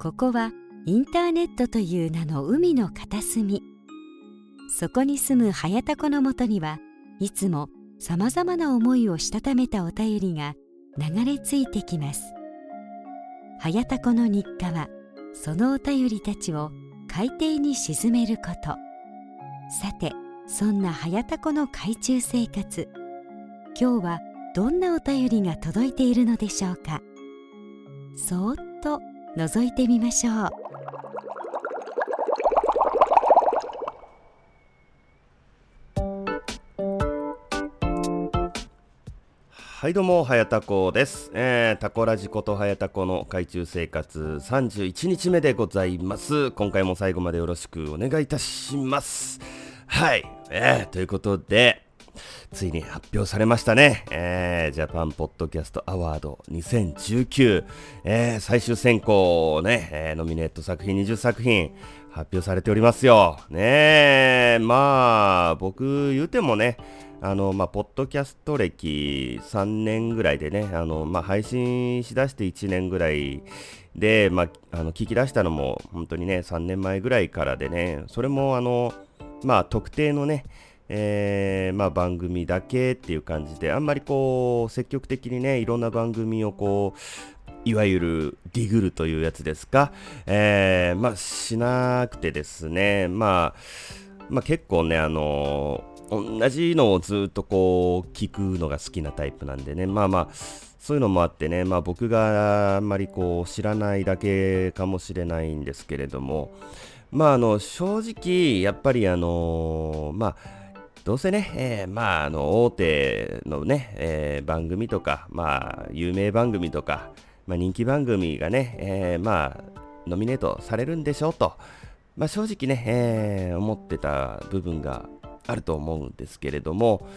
ここはインターネットという名の海の片隅。そこに住むはやたこのもとにはいつもさまざまな思いをしたためたお便りが流れ着いてきます。はやたこの日課はそのお便りたちを海底に沈めること。さて、そんなはやたこの海中生活、今日はどんなお便りが届いているのでしょうか。そーっと覗いてみましょう。 はい、どうもはやたこです。タコラジことはやたこの海中生活31日目でございます。今回も最後までよろしくお願いいたします。はい、ということでついに発表されましたね。ジャパンポッドキャストアワード2019、最終選考ね、ノミネート作品20作品発表されておりますよ。ね、まあ僕言うてもね、ポッドキャスト歴3年ぐらいでね、配信しだして1年ぐらいで、聞き出したのも本当にね、3年前ぐらいからでね、それも特定のね、番組だけっていう感じで、あんまりこう、積極的にね、いろんな番組をこう、いわゆるディグルというやつですか、しなくてですね、結構ね、同じのをずっとこう聞くのが好きなタイプなんでね、そういうのもあってね、僕があんまりこう知らないだけかもしれないんですけれども、正直やっぱりどうせね、大手のね、番組とか、有名番組とか、人気番組がね、ノミネートされるんでしょうと、正直ね、思ってた部分があると思うんですけれども、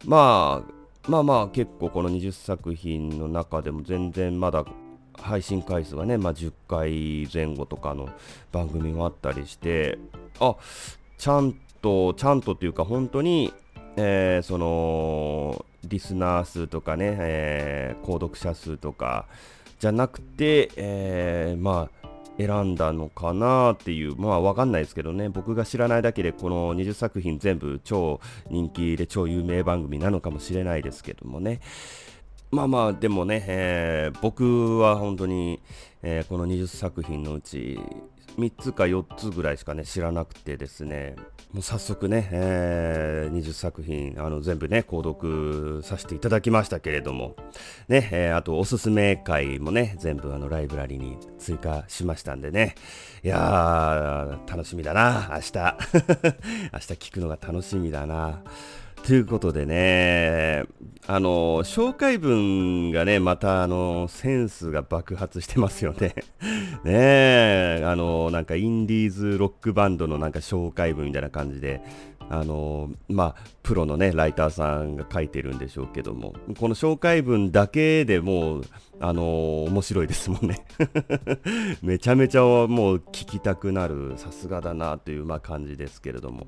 結構この20作品の中でも全然まだ配信回数がね、10回前後とかの番組もあったりして、ちゃんとっていうか本当に、そのリスナー数とかね、購読者数とかじゃなくて、選んだのかなっていう、わかんないですけどね、僕が知らないだけでこの20作品全部超人気で超有名番組なのかもしれないですけどもね。でもね、僕は本当に、この20作品のうち3つか4つぐらいしかね知らなくてですね、もう早速ね、20作品全部ね購読させていただきましたけれどもね、あとおすすめ回もね全部ライブラリに追加しましたんでね、いやー楽しみだな、明日明日聞くのが楽しみだなということでね、紹介文がね、またセンスが爆発してますよね。ねえ、なんかインディーズロックバンドのなんか紹介文みたいな感じで、プロのね、ライターさんが書いてるんでしょうけども、この紹介文だけでもう、面白いですもんね。めちゃめちゃもう聞きたくなる、さすがだなという感じですけれども。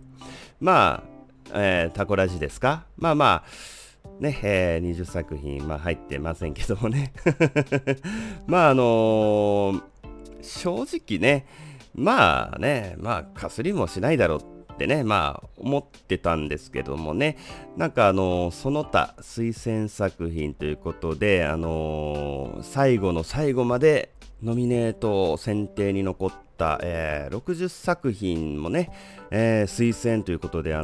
タコラジですか、ね、20作品、入ってませんけどもね。正直ね、かすりもしないだろうってね、思ってたんですけどもね、なんかその他推薦作品ということで、最後の最後までノミネート選定に残った、60作品もね、推薦ということで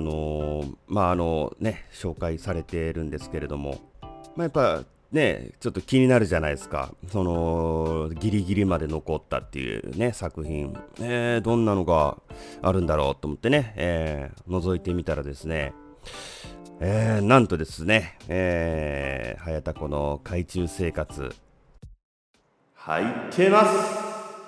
紹介されているんですけれども、やっぱねちょっと気になるじゃないですか、そのギリギリまで残ったっていうね作品、どんなのがあるんだろうと思ってね、覗いてみたらですね、なんとですね、はやたこの海中生活入ってます。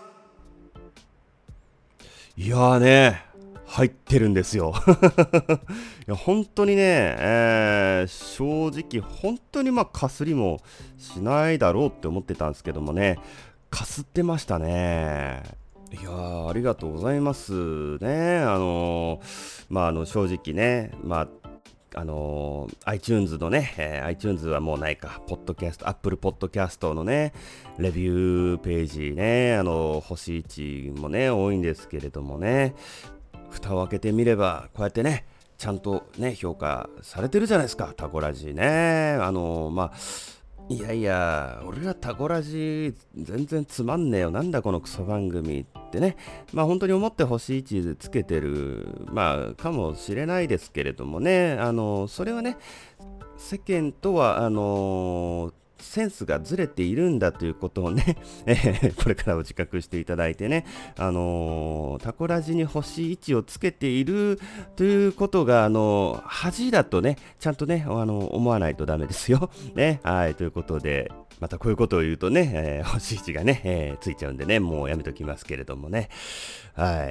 いやーね、入ってるんですよ。いや本当にね、正直本当にかすりもしないだろうって思ってたんですけどもね、かすってましたね。いやーありがとうございますね。正直ね、 iTunes のね、iTunes はもうないか、Apple Podcast のね、レビューページね、星1もね、多いんですけれどもね、蓋を開けてみれば、こうやってね、ちゃんとね、評価されてるじゃないですか、タコラジね。いやいや、俺らタコラジ全然つまんねえよ、なんだこのクソ番組ってね、本当に思って星1つけてる、かもしれないですけれどもね、それはね、世間とは、センスがずれているんだということをね、これからお自覚していただいてね、タコラジに星1をつけているということが、恥だとね、ちゃんとね、思わないとダメですよ。ね、はい、ということで、またこういうことを言うとね、星1がね、ついちゃうんでね、もうやめときますけれどもね。はい。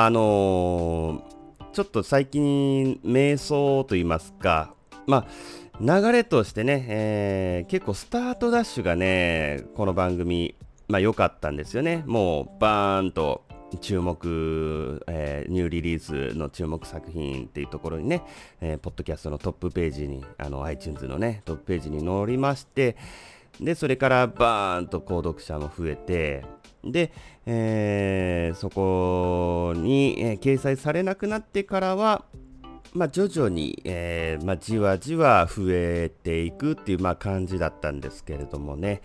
ちょっと最近、瞑想と言いますか、流れとしてね、結構スタートダッシュがね、この番組、良かったんですよね。もうバーンと注目、ニューリリースの注目作品っていうところにね、ポッドキャストのトップページに、iTunes のね、トップページに載りまして、で、それからバーンと購読者も増えて、で、そこに、掲載されなくなってからは、徐々に、じわじわ増えていくっていう、感じだったんですけれどもね。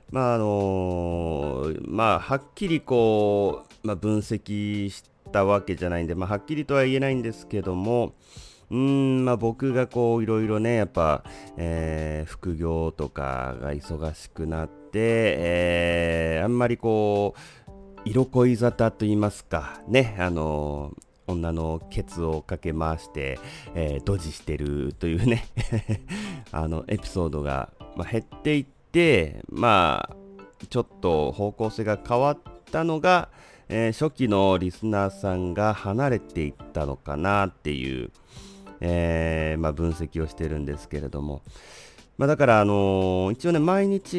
はっきりこう、分析したわけじゃないんで、はっきりとは言えないんですけども、僕がこういろいろね、やっぱ、副業とかが忙しくなって、あんまりこう、色恋沙汰と言いますか、ね、女のケツをかけ回して、ドジしてるというねエピソードが、減っていって、ちょっと方向性が変わったのが、初期のリスナーさんが離れていったのかなっていう、分析をしてるんですけれども、だから、一応ね、毎日、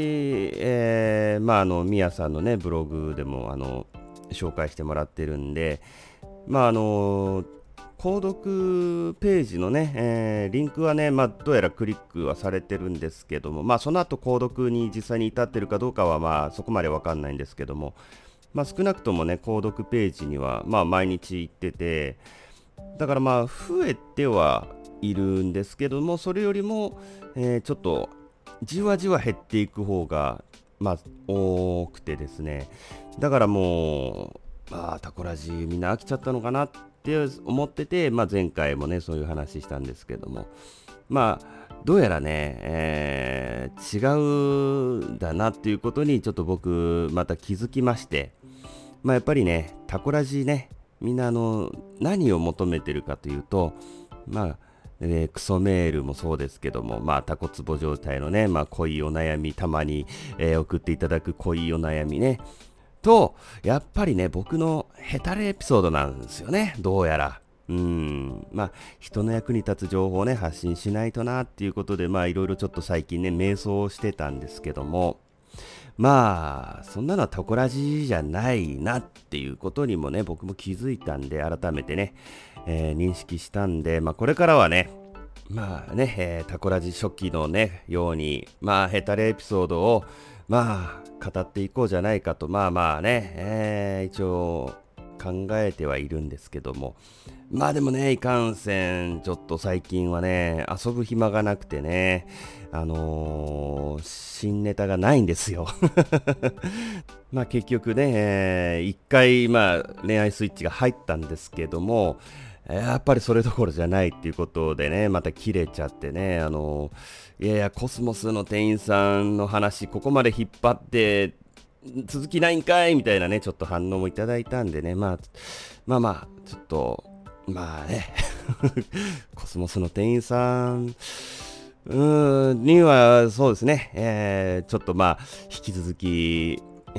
ミヤさんのね、ブログでも、紹介してもらってるんで、購読ページのね、リンクはね、どうやらクリックはされてるんですけども、その後購読に実際に至ってるかどうかは、そこまでわかんないんですけども、少なくともね、購読ページには、毎日行ってて、だから増えてはいるんですけども、それよりも、ちょっとじわじわ減っていく方が、多くてですね、だからもう、タコラジみんな飽きちゃったのかなって思ってて、前回もねそういう話したんですけども、どうやらね、違うんだなっていうことにちょっと僕また気づきまして、やっぱりねタコラジね、みんな何を求めてるかというと、クソメールもそうですけども、タコツボ状態のね、濃いお悩みたまに、送っていただく濃いお悩みねと、やっぱりね、僕のヘタレエピソードなんですよね、どうやら。人の役に立つ情報をね、発信しないとなっていうことで、いろいろちょっと最近ね、瞑想してたんですけども、そんなのはタコラジじゃないなっていうことにもね、僕も気づいたんで、改めてね、認識したんで、これからはね、タコラジ初期のね、ように、ヘタレエピソードを、語っていこうじゃないかと、一応考えてはいるんですけども、でもね、いかんせん、ちょっと最近はね、遊ぶ暇がなくてね、新ネタがないんですよ。結局ね、一回、恋愛スイッチが入ったんですけども、やっぱりそれどころじゃないっていうことでね、また切れちゃってね、いやいや、コスモスの店員さんの話、ここまで引っ張って、続きないんかいみたいなね、ちょっと反応もいただいたんでね、ちょっと、コスモスの店員さん、には、そうですね、ちょっと引き続き、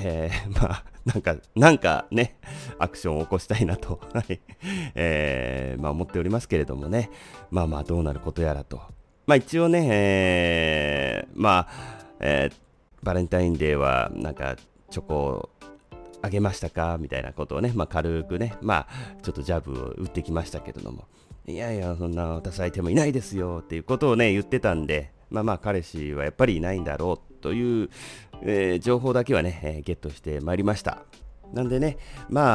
なんかね、アクションを起こしたいなと、思っておりますけれどもね、どうなることやらと。一応ね、バレンタインデーは、チョコをあげましたかみたいなことをね、軽くね、ちょっとジャブを打ってきましたけれども、 いやいやそんな渡す相手もいないですよっていうことをね言ってたんで、彼氏はやっぱりいないんだろうという、情報だけはね、ゲットしてまいりました。なんでね、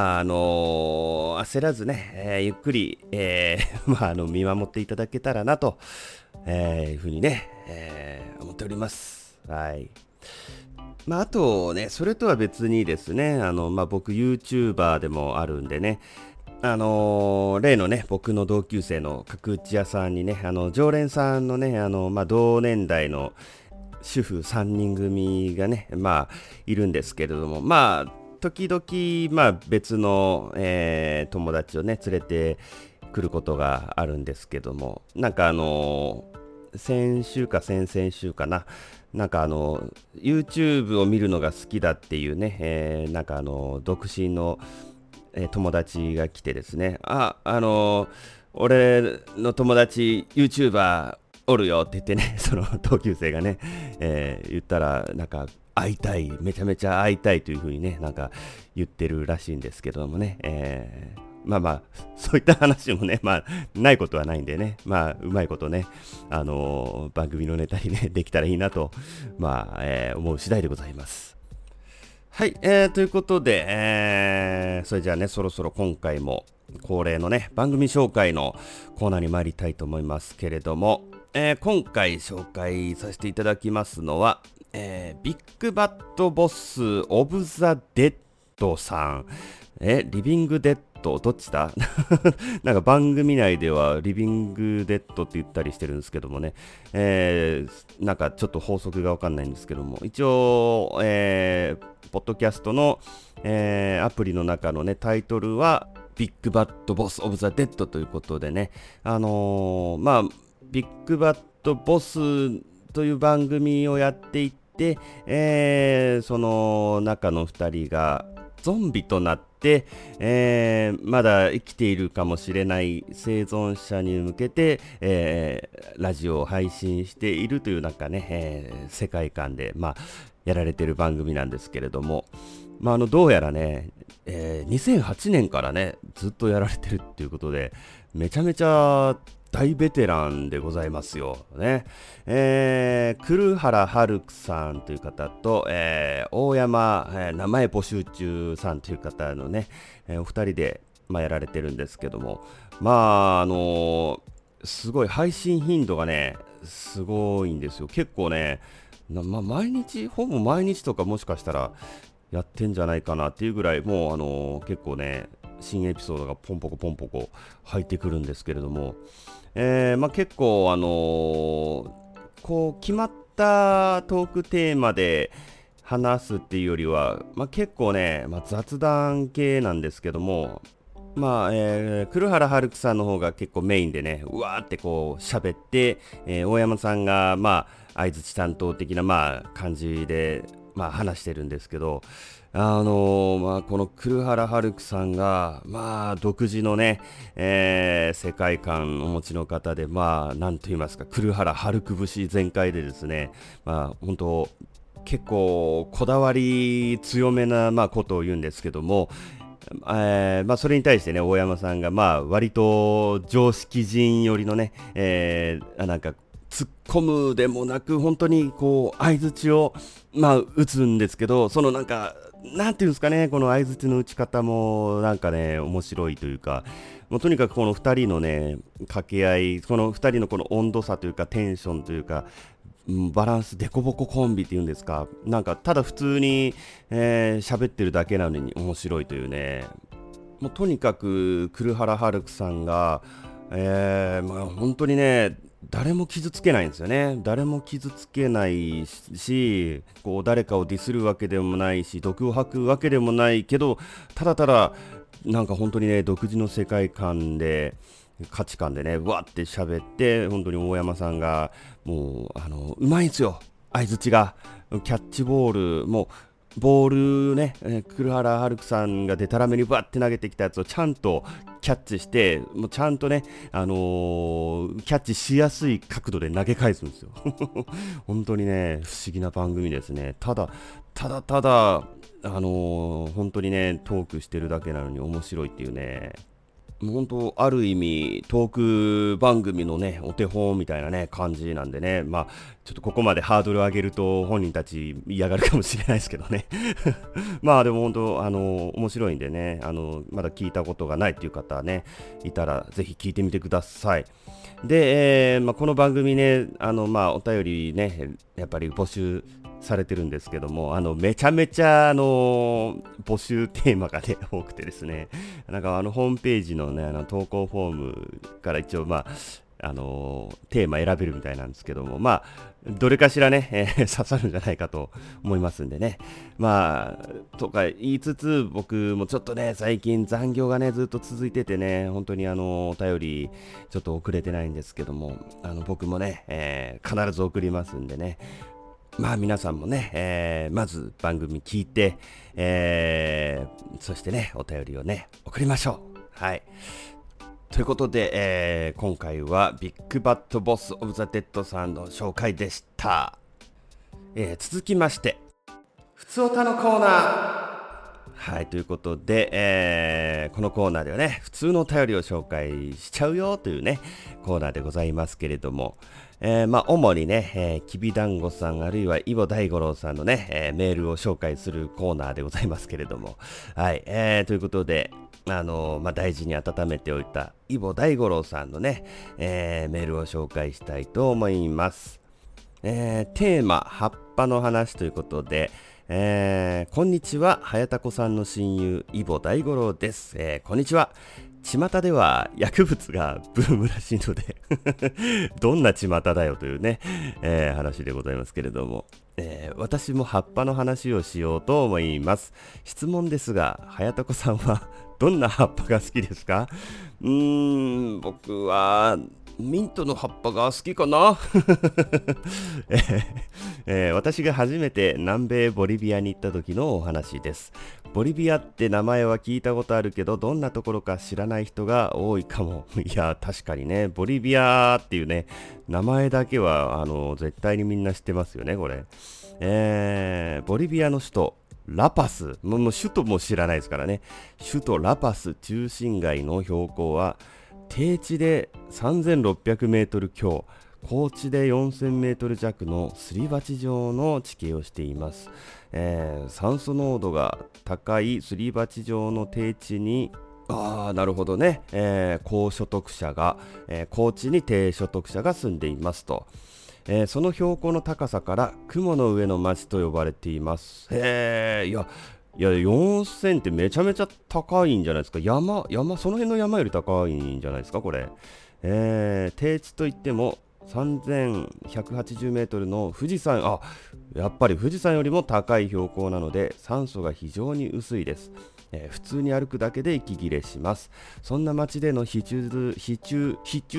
焦らずね、ゆっくり、見守っていただけたらなと、いうふうにね、思っております。はい。あとね、それとは別にですね、僕 YouTuber でもあるんでね、例のね、僕の同級生の角打ち屋さんにね、常連さんのね、同年代の主婦3人組がね、いるんですけれども、時々、別の、友達をね、連れてくることがあるんですけども、先週か先々週かな、YouTube を見るのが好きだっていうね、独身の、友達が来てですね、俺の友達 YouTuber おるよって言ってね、その同級生がね、言ったら、会いたい、めちゃめちゃ会いたいというふうにね、言ってるらしいんですけどもね、そういった話もね、ないことはないんでね、うまいことね、番組のネタにね、できたらいいなと、思う次第でございます。はい、ということで、それじゃあね、そろそろ今回も恒例のね、番組紹介のコーナーに参りたいと思いますけれども、今回紹介させていただきますのは、ビッグバッドボスオブザ・デッドさん。リビングデッドどっちだ番組内ではリビングデッドって言ったりしてるんですけどもね、ちょっと法則がわかんないんですけども、一応、ポッドキャストの、アプリの中のね、タイトルはビッグバッドボスオブザ・デッドということでね、ビッグバッドボスという番組をやっていて、その中の2人がゾンビとなって、まだ生きているかもしれない生存者に向けて、ラジオを配信しているという世界観で、やられている番組なんですけれども、どうやらね、2008年からねずっとやられてるっていうことで、めちゃめちゃ大ベテランでございますよね。栗原春樹さんという方と、大山、名前募集中さんという方のね、お二人で、やられてるんですけども、すごい配信頻度がねすごいんですよ。結構ね、毎日ほぼ毎日とかもしかしたらやってんじゃないかなっていうぐらい、もう結構ね新エピソードがポンポコポンポコ入ってくるんですけれども、結構こう決まったトークテーマで話すっていうよりは、結構ね、雑談系なんですけども、栗原春樹さんの方が結構メインでね、うわーってこう喋って、大山さんが相槌担当的な感じで話してるんですけど、この栗原春樹さんが独自のね、世界観をお持ちの方で、なんと言いますか、栗原春樹節全開でですね、本当結構こだわり強めなことを言うんですけども、それに対してね大山さんが割と常識人寄りのね、突っ込むでもなく本当にこう相槌を打つんですけど、そのなんていうんですかね、この相槌の打ち方も面白いというか、もうとにかくこの2人のね掛け合い、この2人のこの温度差というかテンションというか、バランスデコボココンビっていうんですか、ただ普通に喋ってるだけなのに面白いというね、もうとにかく栗原春樹さんが、本当にね誰も傷つけないんですよね。誰も傷つけないし、こう誰かをディスるわけでもないし、毒を吐くわけでもないけど、ただただ本当にね独自の世界観で価値観でねわって喋って、本当に大山さんがもううまいんですよ、相槌が。キャッチボールもボールね、栗原春樹さんがデタラメにバッて投げてきたやつをちゃんとキャッチして、もうちゃんとね、キャッチしやすい角度で投げ返すんですよ本当にね不思議な番組ですね。ただ本当にねトークしてるだけなのに面白いっていうね。 もう本当ある意味トーク番組のねお手本みたいなね感じなんでね、ちょっとここまでハードル上げると本人たち嫌がるかもしれないですけどねでも本当面白いんでね、まだ聞いたことがないっていう方ねいたらぜひ聞いてみてください。で、この番組ねお便りねやっぱり募集されてるんですけども、めちゃめちゃ募集テーマがね多くてですね、なんかホームページのね投稿フォームから一応テーマ選べるみたいなんですけども、どれかしらね、刺さるんじゃないかと思いますんでね。とか言いつつ、僕もちょっとね、最近残業がね、ずっと続いててね、本当にお便り、ちょっと遅れてないんですけども、僕もね、必ず送りますんでね。皆さんもね、まず番組聞いて、そしてね、お便りをね、送りましょう。はい。ということで、今回はビッグバッドボスオブザデッドさんの紹介でした。続きまして、ふつおたのコーナー。はい、ということで、このコーナーではね、普通のお便りを紹介しちゃうよというね、コーナーでございますけれども、主にね、きびだんごさんあるいはイボ大五郎さんのね、メールを紹介するコーナーでございますけれども、はい、ということで、大事に温めておいたイボ大五郎さんのね、メールを紹介したいと思います。テーマ、葉っぱの話ということで、こんにちは、はやたこさんの親友、イボ大五郎です。こんにちは。巷では薬物がブームらしいのでどんな巷だよというね、話でございますけれども、私も葉っぱの話をしようと思います。質問ですが、はやたこさんはどんな葉っぱが好きですか？僕はミントの葉っぱが好きかな私が初めて南米ボリビアに行った時のお話です。ボリビアって名前は聞いたことあるけど、どんなところか知らない人が多いかも。いや、確かにね、ボリビアっていうね、名前だけは絶対にみんな知ってますよね、これ。ボリビアの首都ラパス、もう首都も知らないですからね。首都ラパス中心街の標高は低地で3600メートル強、高地で4000メートル弱のすり鉢状の地形をしています。酸素濃度が高いすり鉢状の低地になるほどね、高所得者が、高地に低所得者が住んでいますと。その標高の高さから雲の上の町と呼ばれています。いや4000ってめちゃめちゃ高いんじゃないですか。その辺の山より高いんじゃないですかこれ。低地といっても3180メートルの富士山、やっぱり富士山よりも高い標高なので酸素が非常に薄いです。普通に歩くだけで息切れします。そんな街での必需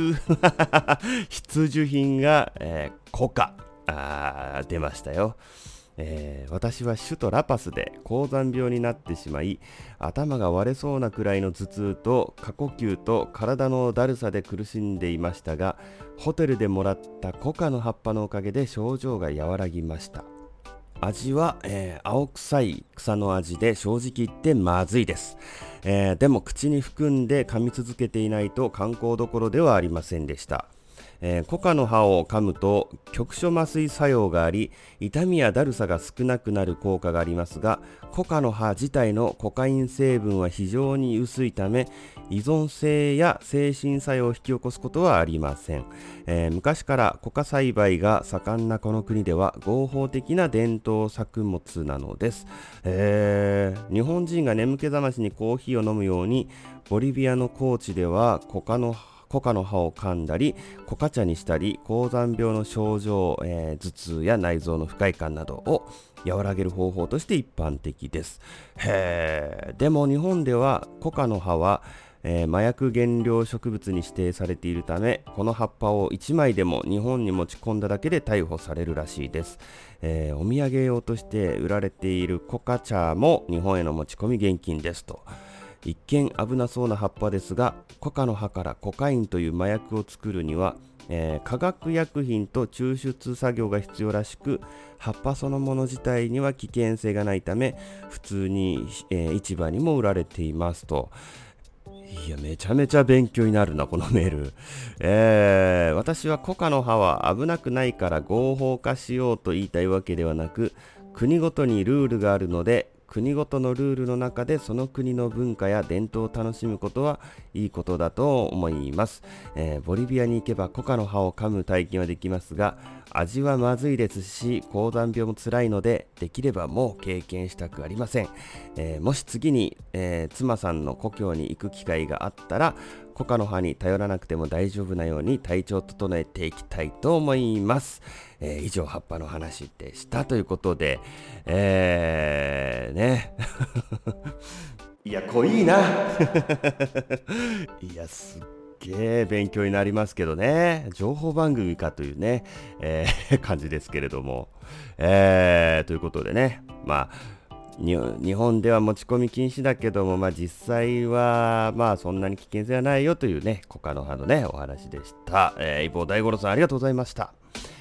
品が、コカ。出ましたよ。私は首都ラパスで高山病になってしまい、頭が割れそうなくらいの頭痛と過呼吸と体のだるさで苦しんでいましたが、ホテルでもらったコカの葉っぱのおかげで症状が和らぎました。味は、青臭い草の味で正直言ってまずいです。でも口に含んで噛み続けていないと観光どころではありませんでした。コカの葉を噛むと局所麻酔作用があり、痛みやだるさが少なくなる効果がありますが、コカの葉自体のコカイン成分は非常に薄いため、依存性や精神作用を引き起こすことはありません。昔からコカ栽培が盛んなこの国では合法的な伝統作物なのです。日本人が眠気覚ましにコーヒーを飲むように、ボリビアの高地ではコカの葉を噛んだり、コカ茶にしたり、高山病の症状、頭痛や内臓の不快感などを和らげる方法として一般的です。でも日本ではコカの葉は、麻薬原料植物に指定されているため、この葉っぱを1枚でも日本に持ち込んだだけで逮捕されるらしいです。お土産用として売られているコカ茶も日本への持ち込み厳禁ですと。一見危なそうな葉っぱですが、コカの葉からコカインという麻薬を作るには、化学薬品と抽出作業が必要らしく、葉っぱそのもの自体には危険性がないため、普通に、市場にも売られていますと。 いや、めちゃめちゃ勉強になるな、このメール。私はコカの葉は危なくないから合法化しようと言いたいわけではなく、国ごとにルールがあるので、国ごとのルールの中でその国の文化や伝統を楽しむことはいいことだと思います。ボリビアに行けばコカの葉を噛む体験はできますが、味はまずいですし、高山病も辛いので、できればもう経験したくありません。もし次に、妻さんの故郷に行く機会があったら、コカの葉に頼らなくても大丈夫なように体調を整えていきたいと思います。以上、葉っぱの話でしたということで、ねいや、濃いないや、すっげえ勉強になりますけどね、情報番組かというね、感じですけれども、ということでね、日本では持ち込み禁止だけども、実際はそんなに危険性はないよというね、コカの葉のねお話でした。一方、大五郎さんありがとうございました。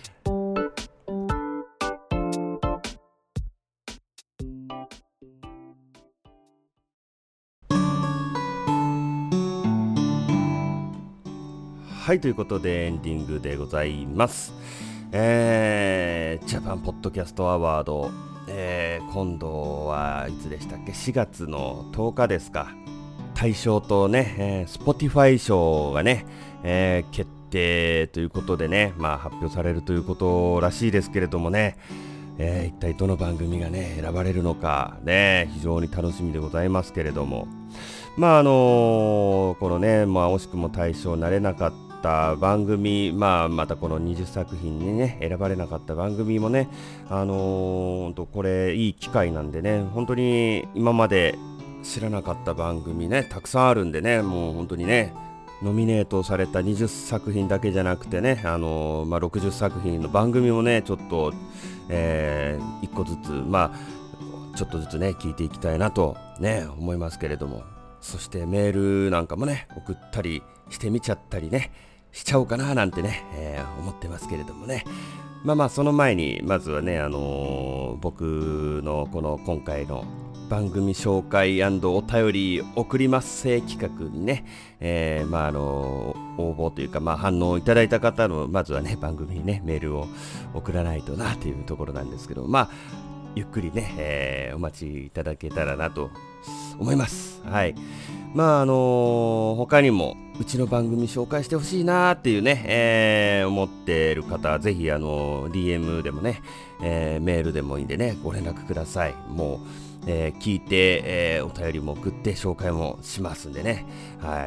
はい、ということでエンディングでございます。ジャパンポッドキャストアワード、今度はいつでしたっけ、4月の10日ですか。大賞とね、Spotify 賞がね、決定ということでね、発表されるということらしいですけれどもね、一体どの番組がね選ばれるのかね、非常に楽しみでございますけれども、このね、惜しくも大賞になれなかった番組、またこの20作品にね選ばれなかった番組もね、これいい機会なんでね、本当に今まで知らなかった番組ねたくさんあるんでね、もう本当にね、ノミネートされた20作品だけじゃなくてね、60作品の番組もねちょっと、1個ずつちょっとずつね聞いていきたいなとね思いますけれども、そしてメールなんかもね送ったりしてみちゃったりねしちゃおうかななんてね、思ってますけれどもね、その前にまずはね、僕のこの今回の番組紹介&お便り送りますせ企画にね、応募というか、反応いただいた方のまずはね番組にねメールを送らないとなというところなんですけど、ゆっくりね、お待ちいただけたらなと思います。はい。他にもうちの番組紹介してほしいなっていうね、思っている方はぜひDM でもね、メールでもいいんでねご連絡ください。もう聞いて、お便りも送って紹介もしますんでね。はい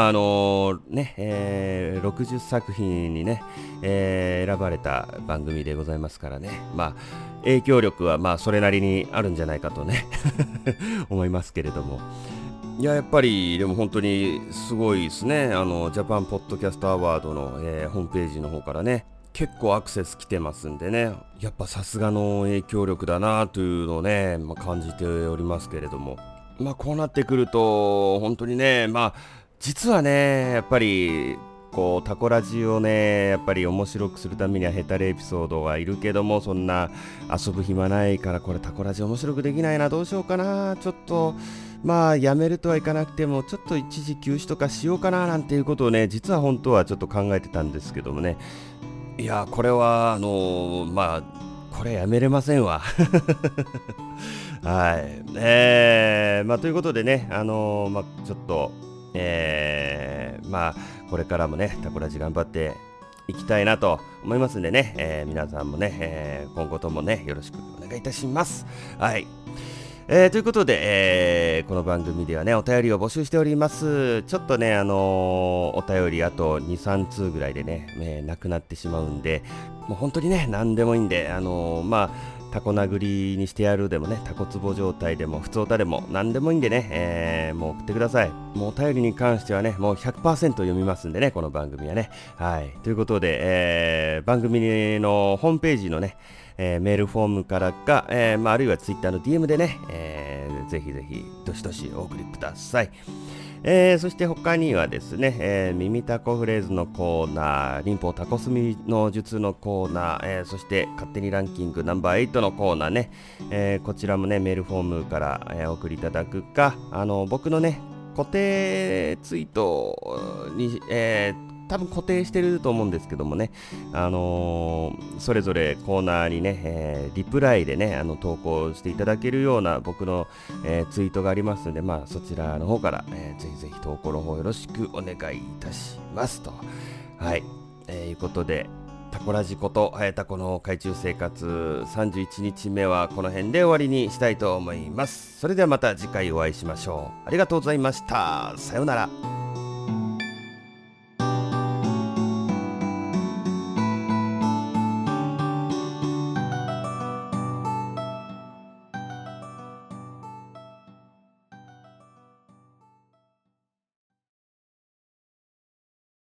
。60作品にね、選ばれた番組でございますからね。影響力はそれなりにあるんじゃないかとね思いますけれども。いや、やっぱりでも本当にすごいですね。ジャパンポッドキャストアワードの、ホームページの方からね結構アクセス来てますんでね、やっぱさすがの影響力だなというのをね、感じておりますけれども、こうなってくると本当にね、実はねやっぱりこうタコラジをねやっぱり面白くするためにはヘタレエピソードがいるけども、そんな遊ぶ暇ないから、これタコラジ面白くできないな、どうしようかな、ちょっとやめるとはいかなくてもちょっと一時休止とかしようかななんていうことをね実は本当はちょっと考えてたんですけどもね、いやこれはこれやめれませんわはい、ということでねちょっとこれからもねタコラジ頑張っていきたいなと思いますんでね、皆さんもね、今後ともねよろしくお願いいたします。はい。ということで、この番組ではねお便りを募集しております。ちょっとねお便りあと 2,3 通ぐらいでね、なくなってしまうんで、もう本当にね何でもいいんで、タコ殴りにしてやるでもね、タコツボ状態でも普通歌でも何でもいいんでね、もう送ってください。もうお便りに関してはねもう 100% 読みますんでね、この番組はね。はい。ということで、番組のホームページのねメールフォームからか、あるいはツイッターの DM でね、ぜひぜひどしどしお送りください。そして他にはですね、耳タコフレーズのコーナー、林法タコスミの術のコーナー、そして勝手にランキングナンバー8のコーナーね、こちらもねメールフォームから、お送りいただくか、僕のね固定ツイートに、多分固定してると思うんですけどもね、それぞれコーナーにね、リプライでね投稿していただけるような僕の、ツイートがありますので、そちらの方から、ぜひぜひ投稿の方よろしくお願いいたしますと。はい、いうことでタコラジことタコの海中生活31日目はこの辺で終わりにしたいと思います。それではまた次回お会いしましょう。ありがとうございました。さようなら。